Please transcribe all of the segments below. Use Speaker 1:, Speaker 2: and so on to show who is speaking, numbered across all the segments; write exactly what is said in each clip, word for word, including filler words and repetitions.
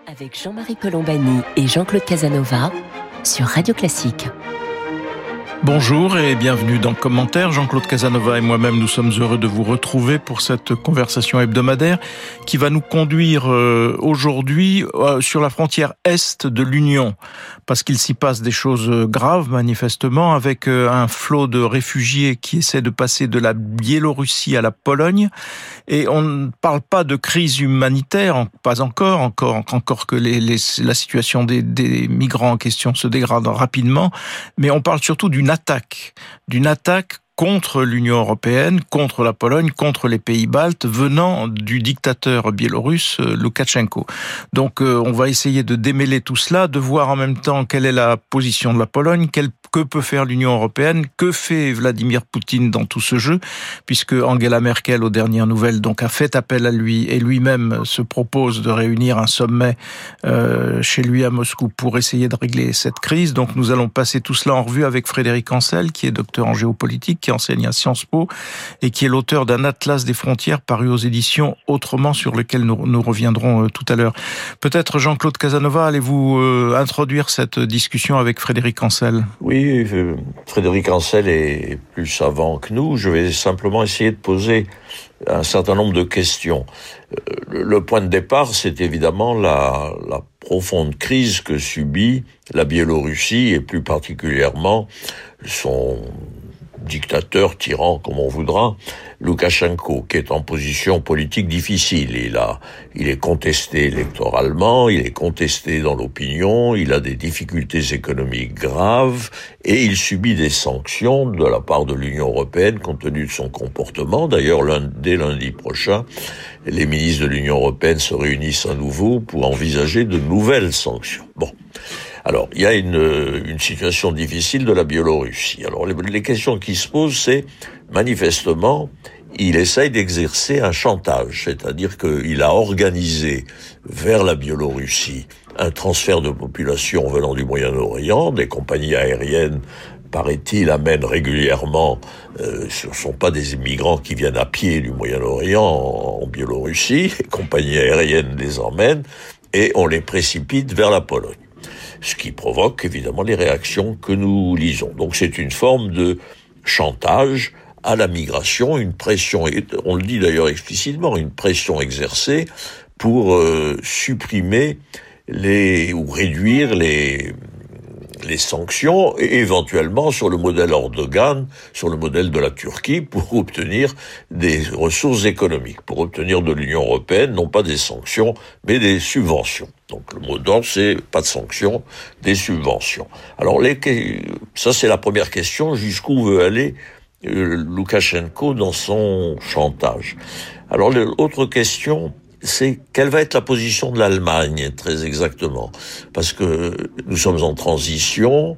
Speaker 1: Avec Jean-Marie Colombani et Jean-Claude Casanova sur Radio Classique.
Speaker 2: Bonjour et bienvenue dans Commentaire. Jean-Claude Casanova et moi-même, nous sommes heureux de vous retrouver pour cette conversation hebdomadaire qui va nous conduire euh, aujourd'hui euh, sur la frontière est de l'Union, parce qu'il s'y passe des choses graves manifestement, avec euh, un flot de réfugiés qui essaie de passer de la Biélorussie à la Pologne. Et on ne parle pas de crise humanitaire, pas encore, encore, encore que les, les, la situation des, des migrants en question se dégrade rapidement, mais on parle surtout d'une attaque, d'une attaque contre l'Union européenne, contre la Pologne, contre les pays baltes, venant du dictateur biélorusse Loukachenko. Donc euh, on va essayer de démêler tout cela, de voir en même temps quelle est la position de la Pologne, quelle que peut faire l'Union européenne, que fait Vladimir Poutine dans tout ce jeu, puisque Angela Merkel, aux dernières nouvelles, donc a fait appel à lui et lui-même se propose de réunir un sommet euh, chez lui à Moscou pour essayer de régler cette crise. Donc nous allons passer tout cela en revue avec Frédéric Ancel, qui est docteur en géopolitique, qui enseigne à Sciences Po et qui est l'auteur d'un atlas des frontières paru aux éditions Autrement, sur lequel nous, nous reviendrons euh, tout à l'heure. Peut-être Jean-Claude Casanova, allez-vous euh, introduire cette discussion avec Frédéric Ancel ?
Speaker 3: Oui, Frédéric Ancel est plus savant que nous. Je vais simplement essayer de poser un certain nombre de questions. Le point de départ, c'est évidemment la, la profonde crise que subit la Biélorussie et plus particulièrement son dictateur, tyran, comme on voudra, Loukachenko, qui est en position politique difficile. Il a, il est contesté électoralement, il est contesté dans l'opinion, il a des difficultés économiques graves et il subit des sanctions de la part de l'Union européenne compte tenu de son comportement. D'ailleurs, lundi, dès lundi prochain, les ministres de l'Union européenne se réunissent à nouveau pour envisager de nouvelles sanctions. Bon. Alors, il y a une, une situation difficile de la Biélorussie. Alors, les, les questions qui se posent, c'est, manifestement, il essaye d'exercer un chantage, c'est-à-dire qu'il a organisé vers la Biélorussie un transfert de population venant du Moyen-Orient. Des compagnies aériennes, paraît-il, amènent régulièrement, euh, ce ne sont pas des immigrants qui viennent à pied du Moyen-Orient en, en Biélorussie, les compagnies aériennes les emmènent et on les précipite vers la Pologne. Ce qui provoque évidemment les réactions que nous lisons. Donc c'est une forme de chantage à la migration, une pression, on le dit d'ailleurs explicitement, une pression exercée pour euh, supprimer les ou réduire les les sanctions et éventuellement sur le modèle Erdogan, sur le modèle de la Turquie pour obtenir des ressources économiques, pour obtenir de l'Union européenne non pas des sanctions mais des subventions. Donc le mot d'ordre c'est pas de sanctions, des subventions. Alors les, ça c'est la première question, jusqu'où veut aller euh, Loukachenko dans son chantage. Alors l'autre question, c'est quelle va être la position de l'Allemagne, très exactement. Parce que nous sommes en transition.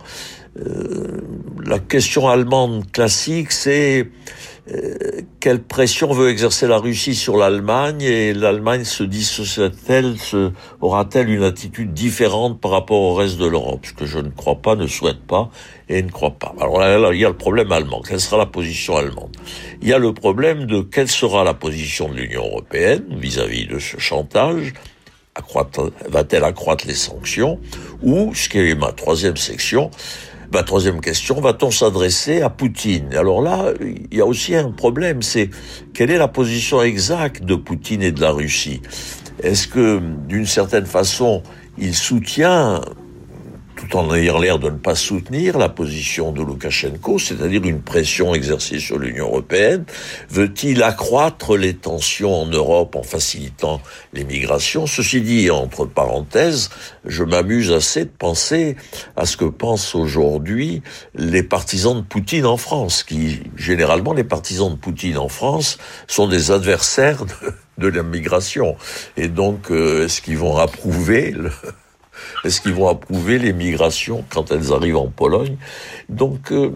Speaker 3: Euh, la question allemande classique, c'est euh, quelle pression veut exercer la Russie sur l'Allemagne et l'Allemagne se dissociera-t-elle, se, aura-t-elle une attitude différente par rapport au reste de l'Europe? Ce que je ne crois pas, ne souhaite pas et ne crois pas. Alors là, là, il y a le problème allemand. Quelle sera la position allemande? Il y a le problème de quelle sera la position de l'Union européenne vis-à-vis de ce chantage. Accroître, va-t-elle accroître les sanctions? Ou, ce qui est ma troisième section, ma troisième question, va-t-on s'adresser à Poutine? Alors là, il y a aussi un problème, c'est quelle est la position exacte de Poutine et de la Russie? Est-ce que, d'une certaine façon, il soutient, tout en ayant l'air de ne pas soutenir la position de Loukachenko, c'est-à-dire une pression exercée sur l'Union européenne? Veut-il accroître les tensions en Europe en facilitant les migrations? Ceci dit, entre parenthèses, je m'amuse assez de penser à ce que pensent aujourd'hui les partisans de Poutine en France, qui, généralement, les partisans de Poutine en France sont des adversaires de, de la migration. Et donc, euh, est-ce qu'ils vont approuver le... Est-ce qu'ils vont approuver les migrations quand elles arrivent en Pologne? Donc, euh,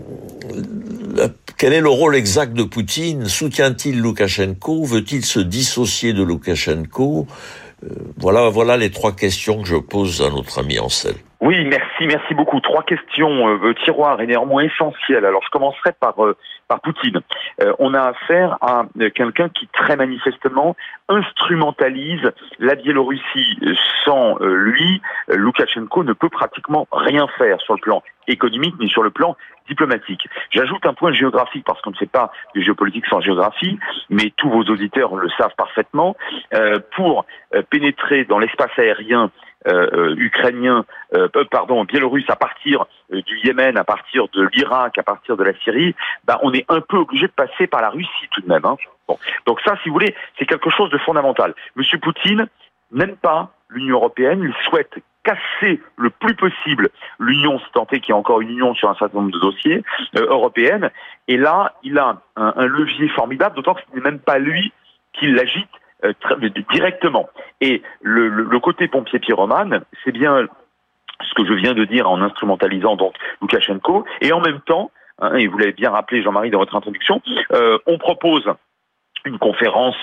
Speaker 3: la, quel est le rôle exact de Poutine? Soutient-il Loukachenko? Veut-il se dissocier de Loukachenko? euh, Voilà, voilà les trois questions que je pose à notre ami Ancel.
Speaker 4: Oui, merci, merci beaucoup. Trois questions euh, tiroirs et néanmoins essentielles. Alors, je commencerai par euh, par Poutine. Euh, on a affaire à euh, quelqu'un qui très manifestement instrumentalise la Biélorussie. Sans euh, lui, euh, Loukachenko ne peut pratiquement rien faire sur le plan économique ni sur le plan diplomatique. J'ajoute un point géographique parce qu'on ne fait pas de géopolitique sans géographie, mais tous vos auditeurs le savent parfaitement. Euh, pour euh, pénétrer dans l'espace aérien Euh, euh, ukrainien, euh, pardon, biélorusse à partir euh, du Yémen, à partir de l'Irak, à partir de la Syrie, bah, on est un peu obligé de passer par la Russie tout de même. Hein. Bon. Donc ça, si vous voulez, c'est quelque chose de fondamental. Monsieur Poutine n'aime pas l'Union européenne, il souhaite casser le plus possible l'Union, si tant est qu'il y a encore une union sur un certain nombre de dossiers euh, européennes. Et là, il a un, un levier formidable, d'autant que ce n'est même pas lui qui l'agite Euh, directement. Et le, le, le côté pompier pyromane, c'est bien ce que je viens de dire en instrumentalisant donc Loukachenko, et en même temps, hein, et vous l'avez bien rappelé Jean-Marie dans votre introduction, euh, on propose une conférence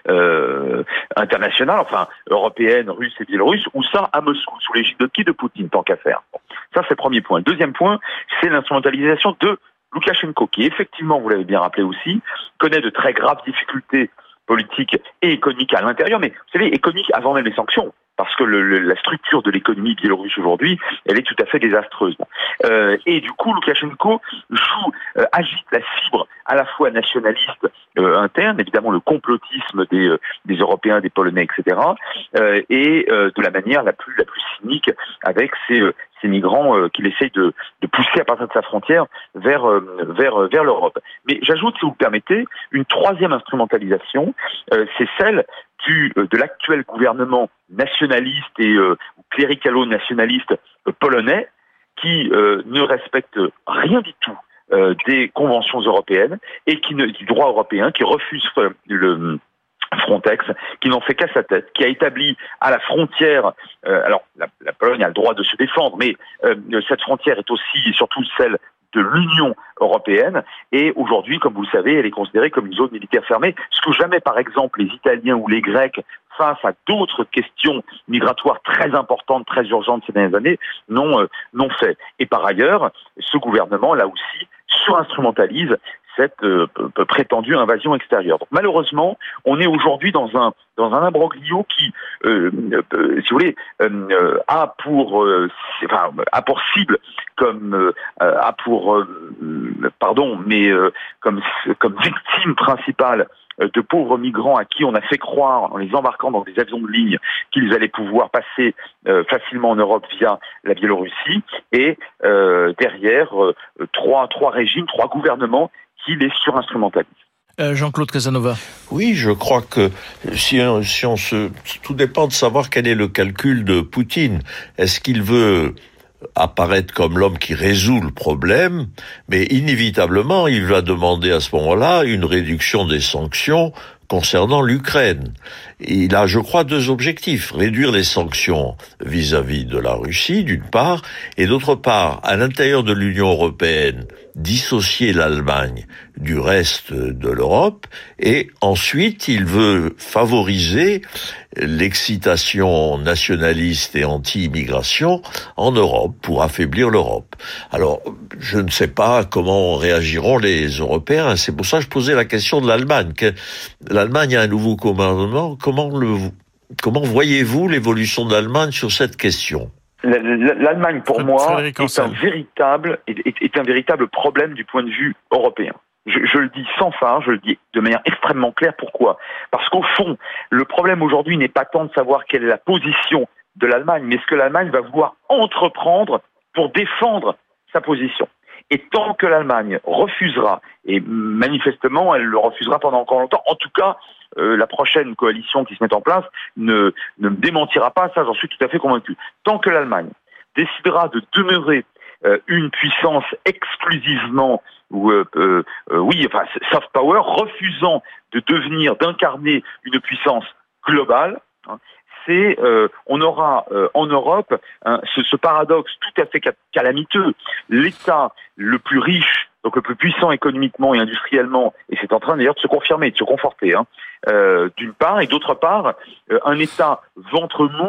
Speaker 4: euh, internationale, enfin européenne, russe et biélorusse, ou ça à Moscou, sous l'égide de qui? De Poutine, tant qu'à faire. Bon. Ça c'est le premier point. Le deuxième point, c'est l'instrumentalisation de Loukachenko, qui effectivement, vous l'avez bien rappelé aussi, connaît de très graves difficultés politique et économique à l'intérieur, mais vous savez, économique avant même les sanctions, parce que le, le, la structure de l'économie biélorusse aujourd'hui, elle est tout à fait désastreuse. Euh, et du coup, Loukachenko joue, euh, agite la fibre à la fois nationaliste euh, interne, évidemment le complotisme des, euh, des Européens, des Polonais, et cetera, euh, et euh, de la manière la plus la plus cynique avec ces, euh, ces migrants euh, qu'il essaye de, de pousser à partir de sa frontière vers euh, vers euh, vers l'Europe. Mais j'ajoute, si vous me permettez, une troisième instrumentalisation, euh, c'est celle du euh, de l'actuel gouvernement nationaliste et euh, cléricalo-nationaliste euh, polonais qui euh, ne respecte rien du tout euh, des conventions européennes et qui ne, du droit européen, qui refuse euh, le Frontex, qui n'en fait qu'à sa tête, qui a établi à la frontière, euh, alors la, la Pologne a le droit de se défendre, mais euh, cette frontière est aussi et surtout celle de l'Union européenne, et aujourd'hui, comme vous le savez, elle est considérée comme une zone militaire fermée, ce que jamais, par exemple, les Italiens ou les Grecs, face à d'autres questions migratoires très importantes, très urgentes ces dernières années, n'ont euh, n'ont fait. Et par ailleurs, ce gouvernement, là aussi, surinstrumentalise cette euh, prétendue invasion extérieure. Donc malheureusement, on est aujourd'hui dans un dans un imbroglio qui, euh, euh, si vous voulez, euh, a pour euh, enfin, a pour cible comme euh, a pour euh, pardon, mais euh, comme comme victime principale de pauvres migrants à qui on a fait croire, en les embarquant dans des avions de ligne, qu'ils allaient pouvoir passer euh, facilement en Europe via la Biélorussie, et euh, derrière euh, trois trois régimes, trois gouvernements qui les surinstrumentalisent.
Speaker 2: Euh, Jean-Claude Casanova.
Speaker 3: Oui, je crois que si, si on se, tout dépend de savoir quel est le calcul de Poutine. Est-ce qu'il veut apparaître comme l'homme qui résout le problème, mais inévitablement, il va demander à ce moment-là une réduction des sanctions concernant l'Ukraine. Il a, je crois, deux objectifs. Réduire les sanctions vis-à-vis de la Russie, d'une part, et d'autre part, à l'intérieur de l'Union européenne, dissocier l'Allemagne du reste de l'Europe, et ensuite, il veut favoriser l'excitation nationaliste et anti-immigration en Europe pour affaiblir l'Europe. Alors, je ne sais pas comment réagiront les Européens. C'est pour ça que je posais la question de l'Allemagne. L'Allemagne a un nouveau gouvernement. Comment le, comment voyez-vous l'évolution de l'Allemagne sur cette question ?
Speaker 4: L'Allemagne, pour moi, est un véritable, est, est un véritable problème du point de vue européen. Je, je le dis sans phare, je le dis de manière extrêmement claire. Pourquoi ? Parce qu'au fond, le problème aujourd'hui n'est pas tant de savoir quelle est la position de l'Allemagne, mais ce que l'Allemagne va vouloir entreprendre pour défendre sa position. Et tant que l'Allemagne refusera, et manifestement elle le refusera pendant encore longtemps, en tout cas euh, la prochaine coalition qui se met en place ne, ne me démentira pas, ça j'en suis tout à fait convaincu. Tant que l'Allemagne décidera de demeurer euh, une puissance exclusivement, ou euh, euh, oui, enfin soft power, refusant de devenir, d'incarner une puissance globale, hein, c'est euh, on aura euh, en Europe hein, ce, ce paradoxe tout à fait calamiteux. L'État le plus riche, donc le plus puissant économiquement et industriellement, et c'est en train d'ailleurs de se confirmer, de se conforter, hein, euh, d'une part, et d'autre part, euh, un État ventre mou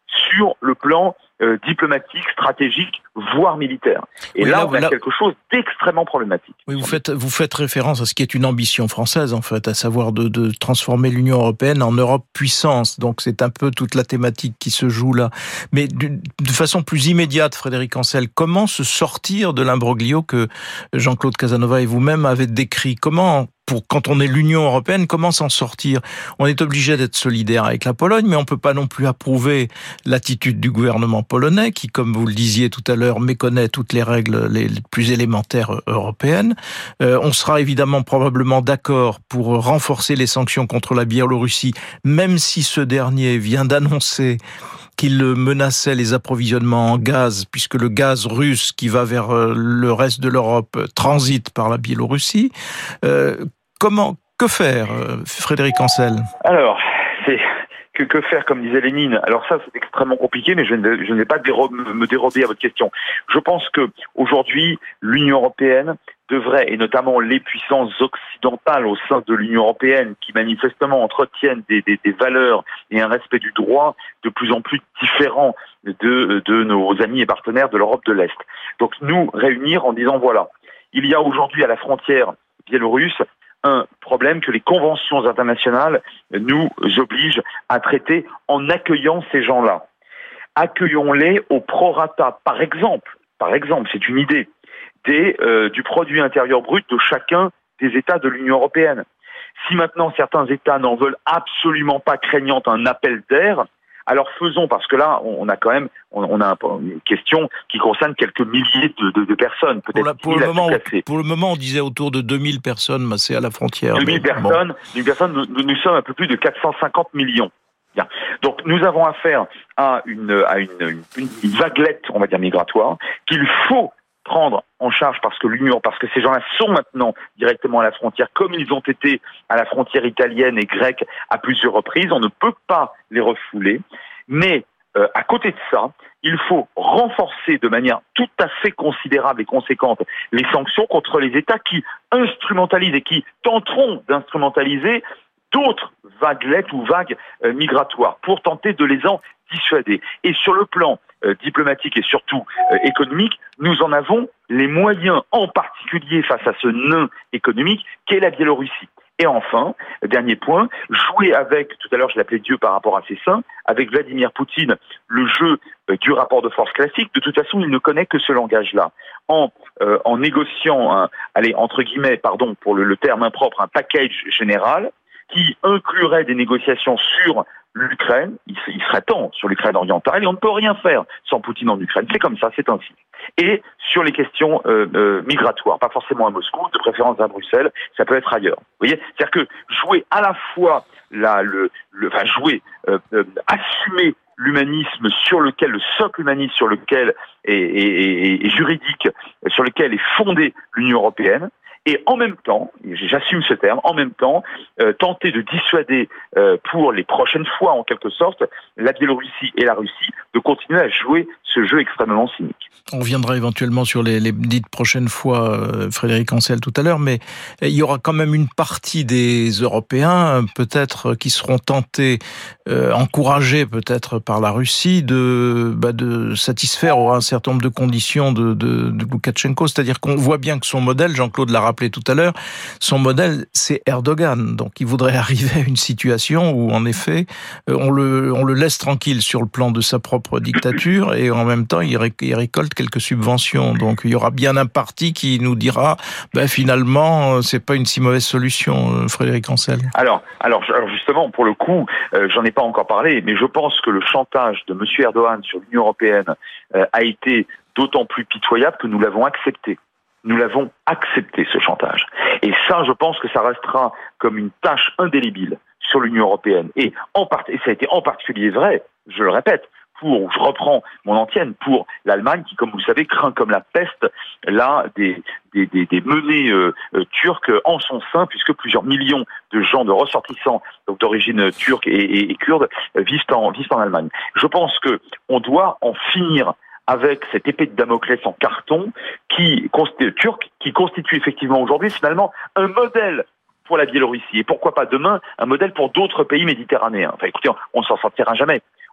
Speaker 4: sur le plan euh, diplomatique, stratégique, voire militaire. Et oui, là, là, on a là... quelque chose d'extrêmement problématique.
Speaker 2: Oui, vous faites, vous faites référence à ce qui est une ambition française, en fait, à savoir de, de transformer l'Union européenne en Europe puissance. Donc c'est un peu toute la thématique qui se joue là. Mais de façon plus immédiate, Frédéric Ancel, comment se sortir de l'imbroglio que Jean-Claude Casanova et vous-même avez décrit? Comment Pour, quand on est l'Union européenne, comment s'en sortir? On est obligé d'être solidaire avec la Pologne, mais on peut pas non plus approuver l'attitude du gouvernement polonais, qui, comme vous le disiez tout à l'heure, méconnaît toutes les règles les plus élémentaires européennes. Euh, on sera évidemment probablement d'accord pour renforcer les sanctions contre la Biélorussie, même si ce dernier vient d'annoncer qu'il menaçait les approvisionnements en gaz, puisque le gaz russe qui va vers le reste de l'Europe transite par la Biélorussie. Euh, comment, que faire, Frédéric Ancel?
Speaker 4: Alors, c'est... Que, que faire, comme disait Lénine? Alors ça, c'est extrêmement compliqué, mais je ne, je ne vais pas dérobe, me dérober à votre question. Je pense que aujourd'hui, l'Union européenne devrait, et notamment les puissances occidentales au sein de l'Union européenne, qui manifestement entretiennent des, des, des valeurs et un respect du droit de plus en plus différents de, de nos amis et partenaires de l'Europe de l'Est. Donc nous réunir en disant voilà, il y a aujourd'hui à la frontière biélorusse un problème que les conventions internationales nous obligent à traiter en accueillant ces gens-là. Accueillons-les au prorata, par exemple, par exemple, c'est une idée, des, euh, du produit intérieur brut de chacun des États de l'Union européenne. Si maintenant certains États n'en veulent absolument pas, craignant un appel d'air, alors faisons, parce que là, on a quand même, on a une question qui concerne quelques milliers de, de, de personnes, peut-être.
Speaker 2: Pour, la, pour, le moment, pour le moment, on disait autour de deux mille personnes massées à la frontière.
Speaker 4: deux mille personnes, bon. deux mille personnes, nous, nous sommes un peu plus de quatre cent cinquante millions. Bien. Donc nous avons affaire à une, à une, une, une vaguelette, on va dire, migratoire, qu'il faut prendre en charge parce que l'Union, parce que ces gens-là sont maintenant directement à la frontière, comme ils ont été à la frontière italienne et grecque à plusieurs reprises. On ne peut pas les refouler. Mais euh, à côté de ça, il faut renforcer de manière tout à fait considérable et conséquente les sanctions contre les États qui instrumentalisent et qui tenteront d'instrumentaliser d'autres vaguelettes ou vagues euh, migratoires pour tenter de les en dissuader. Et sur le plan euh, diplomatique et surtout euh, économique, nous en avons les moyens, en particulier face à ce nain économique qu'est la Biélorussie. Et enfin, dernier point, jouer avec, tout à l'heure je l'appelais Dieu par rapport à ses saints, avec Vladimir Poutine, le jeu euh, du rapport de force classique. De toute façon, il ne connaît que ce langage-là. En, euh, en négociant, un, allez, entre guillemets, pardon pour le, le terme impropre, un package général, qui inclurait des négociations sur l'Ukraine, il, il serait temps sur l'Ukraine orientale, et on ne peut rien faire sans Poutine en Ukraine. C'est comme ça, c'est ainsi. Et sur les questions euh, euh, migratoires, pas forcément à Moscou, de préférence à Bruxelles, ça peut être ailleurs. Vous voyez, c'est-à-dire que jouer à la fois la, le, le, enfin jouer, euh, euh, assumer l'humanisme sur lequel, le socle humaniste sur lequel est, est, est, est juridique, sur lequel est fondée l'Union européenne. Et en même temps, j'assume ce terme, en même temps, euh, tenter de dissuader euh, pour les prochaines fois, en quelque sorte, la Biélorussie et la Russie de continuer à jouer ce jeu extrêmement cynique.
Speaker 2: On reviendra éventuellement sur les, les dites prochaines fois, euh, Frédéric Ancel, tout à l'heure, mais il y aura quand même une partie des Européens, peut-être, qui seront tentés, euh, encouragés peut-être par la Russie, de, bah, de satisfaire un certain nombre de conditions de, de, de Loukachenko. C'est-à-dire qu'on voit bien que son modèle, Jean-Claude l'a rappelé tout à l'heure, son modèle, c'est Erdogan. Donc il voudrait arriver à une situation où, en effet, on le, on le laisse tranquille sur le plan de sa propre dictature et en même temps, il, ré, il récolte quelques subventions. Donc il y aura bien un parti qui nous dira ben, finalement, c'est pas une si mauvaise solution, Frédéric Ancel.
Speaker 4: Alors, alors, alors justement, pour le coup, euh, j'en ai pas encore parlé, mais je pense que le chantage de M. Erdogan sur l'Union européenne euh, a été d'autant plus pitoyable que nous l'avons accepté. Nous l'avons accepté, ce chantage. Et ça, je pense que ça restera comme une tâche indélébile sur l'Union européenne. Et, en part... et ça a été en particulier vrai, je le répète, pour, je reprends mon antienne, pour l'Allemagne qui, comme vous le savez, craint comme la peste là des, des, des, des menées euh, euh, turques en son sein, puisque plusieurs millions de gens, de ressortissants donc d'origine turque et, et, et kurde euh, vivent en, vivent en Allemagne. Je pense que on doit en finir avec cette épée de Damoclès en carton qui, turc, qui constitue effectivement aujourd'hui finalement un modèle pour la Biélorussie. Et pourquoi pas demain, un modèle pour d'autres pays méditerranéens. Enfin écoutez, on ne s'en sortira jamais.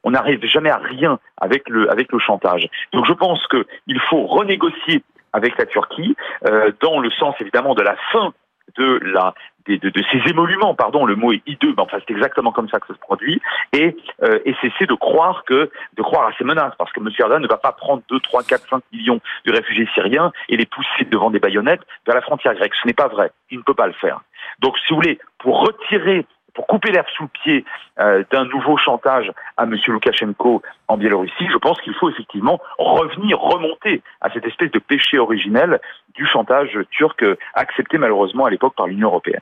Speaker 4: on n'arrive jamais à rien avec le avec le chantage. Donc je pense que il faut renégocier avec la Turquie euh, dans le sens évidemment de la fin de la De, de, de ces émoluments, pardon, le mot est hideux, mais enfin c'est exactement comme ça que ça se produit, et, euh, et cesser de croire que, de croire à ces menaces, parce que M. Erdogan ne va pas prendre deux, trois, quatre, cinq millions de réfugiés syriens et les pousser devant des baïonnettes vers la frontière grecque. Ce n'est pas vrai. Il ne peut pas le faire. Donc, si vous voulez, pour retirer, pour couper l'herbe sous le pied euh, d'un nouveau chantage à M. Loukachenko en Biélorussie, je pense qu'il faut effectivement revenir, remonter à cette espèce de péché originel du chantage turc accepté malheureusement à l'époque par l'Union européenne.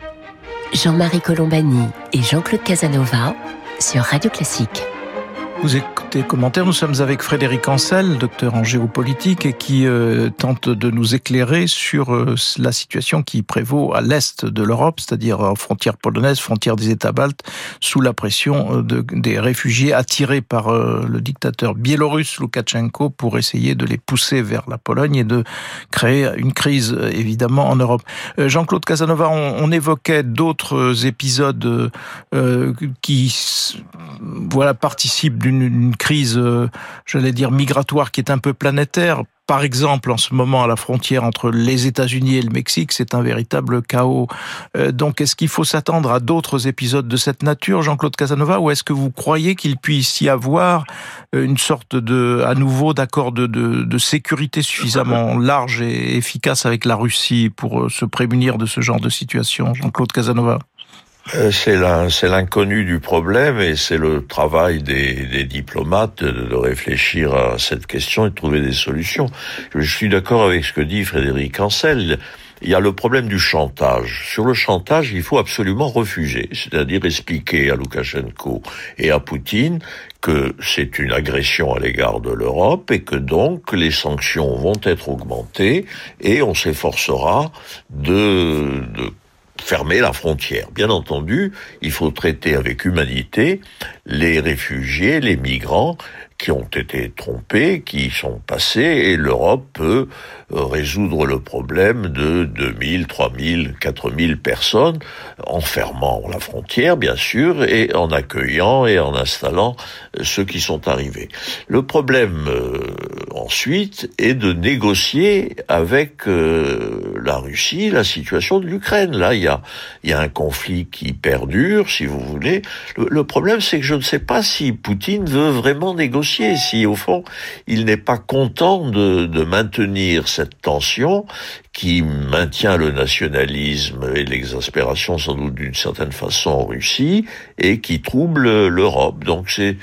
Speaker 1: Jean-Marie Colombani et Jean-Claude Casanova sur Radio Classique.
Speaker 2: Vous écoutez Commentaire, nous sommes avec Frédéric Ancel, docteur en géopolitique, et qui euh, tente de nous éclairer sur euh, la situation qui prévaut à l'est de l'Europe, c'est-à-dire en frontière polonaise, frontière des États baltes, sous la pression de, des réfugiés attirés par euh, le dictateur biélorusse Loukachenko pour essayer de les pousser vers la Pologne et de créer une crise, évidemment, en Europe. Euh, Jean-Claude Casanova, on, on évoquait d'autres épisodes euh, qui voilà, participent d'une une crise, euh, j'allais dire, migratoire qui est un peu planétaire. Par exemple, en ce moment, à la frontière entre les États-Unis et le Mexique, c'est un véritable chaos. Euh, donc, est-ce qu'il faut s'attendre à d'autres épisodes de cette nature, Jean-Claude Casanova, ou est-ce que vous croyez qu'il puisse y avoir une sorte de, à nouveau, d'accord de, de, de sécurité suffisamment large et efficace avec la Russie pour se prémunir de ce genre de situation, Jean-Claude Casanova ?
Speaker 3: C'est l'in, c'est l'inconnu du problème et c'est le travail des, des diplomates de, de réfléchir à cette question et de trouver des solutions. Je suis d'accord avec ce que dit Frédéric Ancel. Il y a le problème du chantage. Sur le chantage, il faut absolument refuser, c'est-à-dire expliquer à Loukachenko et à Poutine que c'est une agression à l'égard de l'Europe et que donc les sanctions vont être augmentées et on s'efforcera de, de fermer la frontière. Bien entendu, il faut traiter avec humanité les réfugiés, les migrants qui ont été trompés, qui sont passés, et l'Europe peut résoudre le problème de deux mille, trois mille, quatre mille personnes en fermant la frontière, bien sûr, et en accueillant et en installant ceux qui sont arrivés. Le problème, euh, ensuite, est de négocier avec euh, la Russie la situation de l'Ukraine. Là, il y a, il y a un conflit qui perdure, si vous voulez. Le, le problème, c'est que je ne sais pas si Poutine veut vraiment négocier, si au fond il n'est pas content de, de maintenir cette tension qui maintient le nationalisme et l'exaspération sans doute d'une certaine façon en Russie et qui trouble l'Europe. Donc c'est,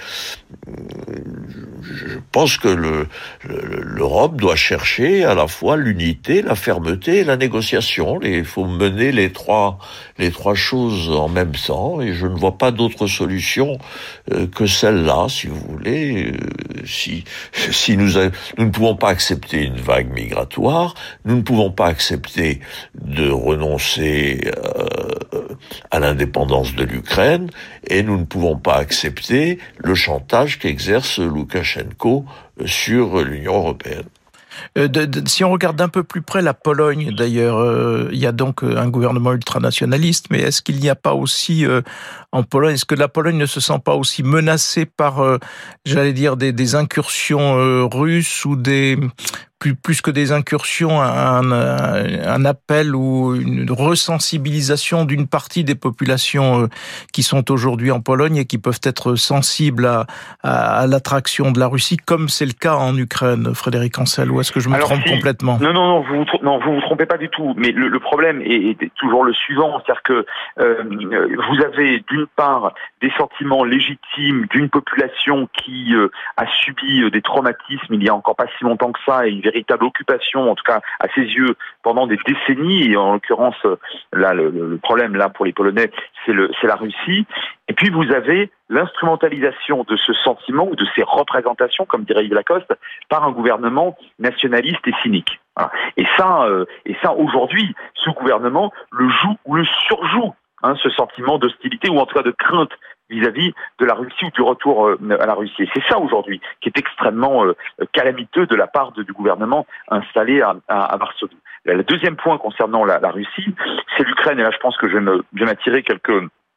Speaker 3: je pense que le, le, l'Europe doit chercher à la fois l'unité, la fermeté et la négociation. Il faut mener les trois, les trois choses en même temps et je ne vois pas d'autre solution que celle-là, si vous voulez. Si, si nous, a, nous ne pouvons pas accepter une vague migratoire, nous ne pouvons pas accepter de renoncer euh, à l'indépendance de l'Ukraine et nous ne pouvons pas accepter le chantage qu'exerce Loukachenko sur l'Union européenne.
Speaker 2: Euh, de, de, si on regarde d'un peu plus près la Pologne, d'ailleurs, euh, il y a donc un gouvernement ultranationaliste, mais est-ce qu'il n'y a pas aussi euh, en Pologne, est-ce que la Pologne ne se sent pas aussi menacée par, euh, j'allais dire, des, des incursions euh, russes ou des... Plus, plus que des incursions, un, un appel ou une resensibilisation d'une partie des populations qui sont aujourd'hui en Pologne et qui peuvent être sensibles à, à, à l'attraction de la Russie, comme c'est le cas en Ukraine, Frédéric Ancel, ou est-ce que je me Alors, trompe si, complètement ?
Speaker 4: Non, non, non, vous non, vous vous trompez pas du tout. Mais le, le problème est, est toujours le suivant, c'est-à-dire que euh, vous avez d'une part des sentiments légitimes d'une population qui euh, a subi des traumatismes il y a encore pas si longtemps que ça, et une véritable occupation, en tout cas à ses yeux, pendant des décennies, et en l'occurrence, là, le, le problème là pour les Polonais, c'est, le, c'est la Russie. Et puis vous avez l'instrumentalisation de ce sentiment ou de ces représentations, comme dirait Yves Lacoste, par un gouvernement nationaliste et cynique. Voilà. Et ça, euh, et ça aujourd'hui, ce gouvernement le joue ou le surjoue, hein, ce sentiment d'hostilité ou en tout cas de crainte vis-à-vis de la Russie ou du retour euh, à la Russie. Et c'est ça aujourd'hui qui est extrêmement euh, calamiteux de la part de, du gouvernement installé à, à, à Varsovie. Le deuxième point concernant la, la Russie, c'est l'Ukraine. Et là, je pense que je vais, me, je vais m'attirer quelques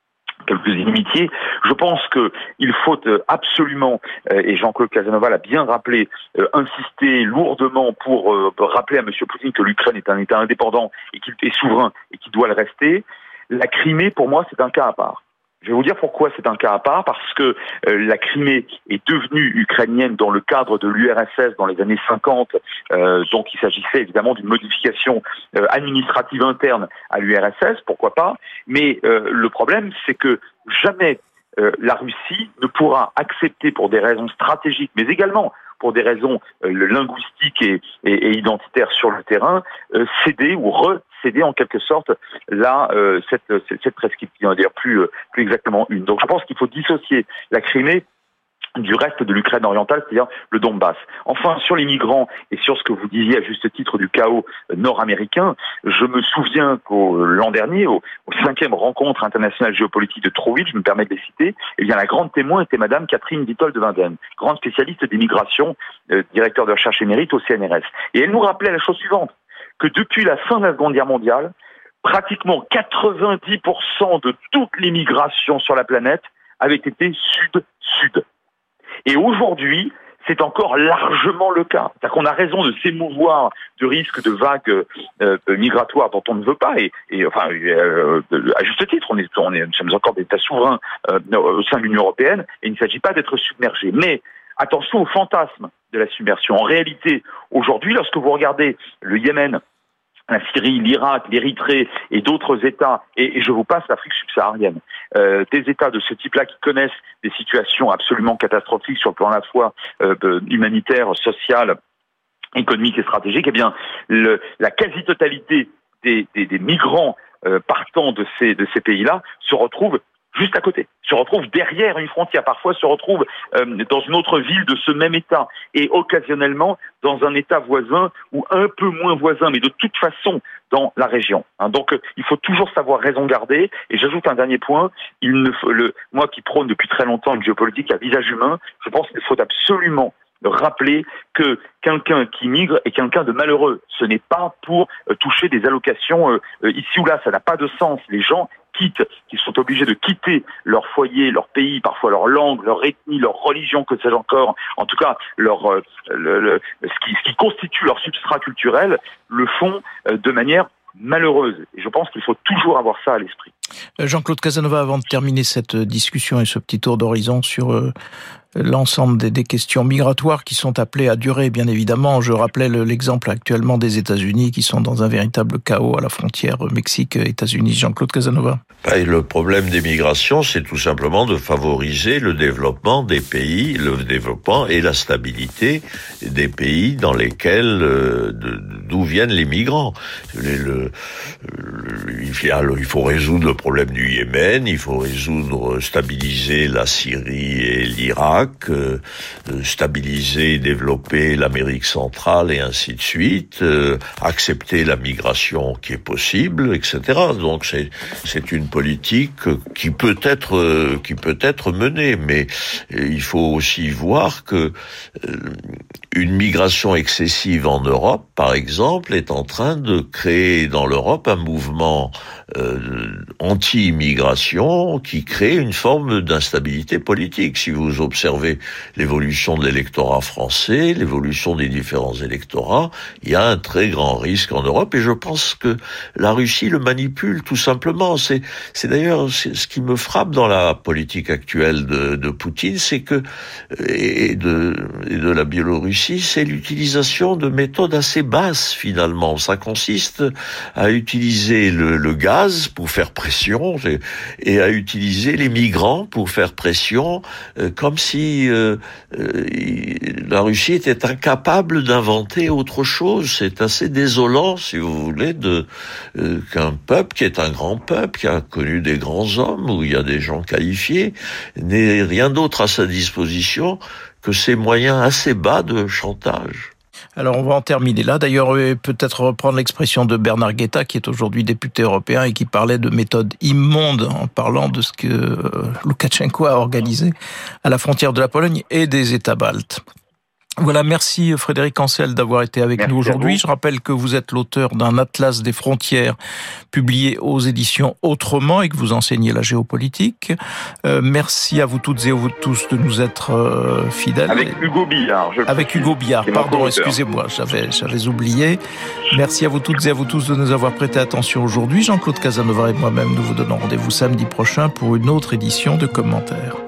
Speaker 4: quelques inimitiés. Je pense qu'il faut absolument, et Jean-Claude Casanova l'a bien rappelé, insister lourdement pour rappeler à M. Poutine que l'Ukraine est un État indépendant et qu'il est souverain et qu'il doit le rester. La Crimée, pour moi, c'est un cas à part. Je vais vous dire pourquoi c'est un cas à part, parce que euh, la Crimée est devenue ukrainienne dans le cadre de l'U R S S dans les années cinquante, euh, donc il s'agissait évidemment d'une modification euh, administrative interne à l'U R S S, pourquoi pas, mais euh, le problème c'est que jamais euh, la Russie ne pourra accepter pour des raisons stratégiques, mais également pour des raisons euh, linguistiques et, et, et identitaires sur le terrain, euh, céder ou recéder en quelque sorte là euh, cette, cette, cette presqu'île, qui est d'ailleurs plus, euh, plus exactement une. Donc je pense qu'il faut dissocier la Crimée du reste de l'Ukraine orientale, c'est-à-dire le Donbass. Enfin, sur les migrants et sur ce que vous disiez à juste titre du chaos nord-américain, je me souviens qu'au l'an dernier, au, au cinquième rencontre internationale géopolitique de Trouville, je me permets de les citer, eh bien la grande témoin était Madame Catherine Witold de Winden, grande spécialiste des migrations, euh, directeur de recherche émérite au C N R S. Et elle nous rappelait la chose suivante, que depuis la fin de la Seconde Guerre mondiale, pratiquement quatre-vingt-dix pour cent de toutes les migrations sur la planète avaient été sud-sud. Et aujourd'hui, c'est encore largement le cas. C'est-à-dire qu'on a raison de s'émouvoir du risque de vagues euh, migratoires dont on ne veut pas, et, et enfin, euh, à juste titre, on est, on est, nous sommes encore des États souverains euh, au sein de l'Union européenne, et il ne s'agit pas d'être submergé. Mais attention au fantasme de la submersion. En réalité, aujourd'hui, lorsque vous regardez le Yémen, la Syrie, l'Irak, l'Érythrée et d'autres États, et, et je vous passe l'Afrique subsaharienne, euh, des États de ce type-là qui connaissent des situations absolument catastrophiques sur le plan à la fois euh, humanitaire, social, économique et stratégique, eh bien, le, la quasi-totalité des, des, des migrants euh, partant de ces, de ces pays-là se retrouvent juste à côté, se retrouvent derrière une frontière, parfois se retrouvent euh, dans une autre ville de ce même État, et occasionnellement dans un État voisin ou un peu moins voisin, mais de toute façon dans la région. Hein, donc euh, il faut toujours savoir raison garder, et j'ajoute un dernier point, il ne faut, le, moi qui prône depuis très longtemps une géopolitique à visage humain, je pense qu'il faut absolument rappeler que quelqu'un qui migre est quelqu'un de malheureux. Ce n'est pas pour euh, toucher des allocations euh, euh, ici ou là, ça n'a pas de sens. Les gens quittent, qui sont obligés de quitter leur foyer, leur pays, parfois leur langue, leur ethnie, leur religion, que sais-je encore, en tout cas leur, euh, le, le, ce, qui, ce qui constitue leur substrat culturel, le font euh, de manière malheureuse. Et je pense qu'il faut toujours avoir ça à l'esprit.
Speaker 2: Jean-Claude Casanova, avant de terminer cette discussion et ce petit tour d'horizon sur euh, l'ensemble des, des questions migratoires qui sont appelées à durer, bien évidemment. Je rappelais le, l'exemple actuellement des États-Unis qui sont dans un véritable chaos à la frontière Mexique-États-Unis. Jean-Claude Casanova.
Speaker 3: Et le problème des migrations, c'est tout simplement de favoriser le développement des pays, le développement et la stabilité des pays dans lesquels, euh, de, d'où viennent les migrants. Le, le, le, il faut résoudre le problème du Yémen, il faut résoudre, stabiliser la Syrie et l'Irak, euh, stabiliser et développer l'Amérique centrale et ainsi de suite, euh, accepter la migration qui est possible, et cetera. Donc c'est c'est une politique qui peut être euh, qui peut être menée, mais il faut aussi voir que euh, une migration excessive en Europe, par exemple, est en train de créer dans l'Europe un mouvement euh, anti-immigration qui crée une forme d'instabilité politique. Si vous observez l'évolution de l'électorat français, l'évolution des différents électorats, il y a un très grand risque en Europe, et je pense que la Russie le manipule tout simplement. C'est, c'est d'ailleurs c'est ce qui me frappe dans la politique actuelle de, de Poutine, c'est que et de, et de la Biélorussie, c'est l'utilisation de méthodes assez basses finalement. Ça consiste à utiliser le, le gaz pour faire pression et, et à utiliser les migrants pour faire pression, euh, comme si euh, euh, la Russie était incapable d'inventer autre chose. C'est assez désolant, si vous voulez, de euh, qu'un peuple qui est un grand peuple, qui a connu des grands hommes, où il y a des gens qualifiés, n'ait rien d'autre à sa disposition que ces moyens assez bas de chantage.
Speaker 2: Alors on va en terminer là. D'ailleurs, peut-être reprendre l'expression de Bernard Guetta, qui est aujourd'hui député européen et qui parlait de méthode immonde en parlant de ce que Loukachenko a organisé à la frontière de la Pologne et des États baltes. Voilà, merci Frédéric Ancel d'avoir été avec
Speaker 4: merci
Speaker 2: nous aujourd'hui. Je rappelle que vous êtes l'auteur d'un atlas des frontières publié aux éditions Autrement et que vous enseignez la géopolitique. Euh, merci à vous toutes et à vous tous de nous être euh, fidèles.
Speaker 4: Avec Hugo Billard. Je
Speaker 2: avec Hugo Billard, pardon, excusez-moi, j'avais, j'avais oublié. Merci à vous toutes et à vous tous de nous avoir prêté attention aujourd'hui. Jean-Claude Casanova et moi-même, nous vous donnons rendez-vous samedi prochain pour une autre édition de Commentaires.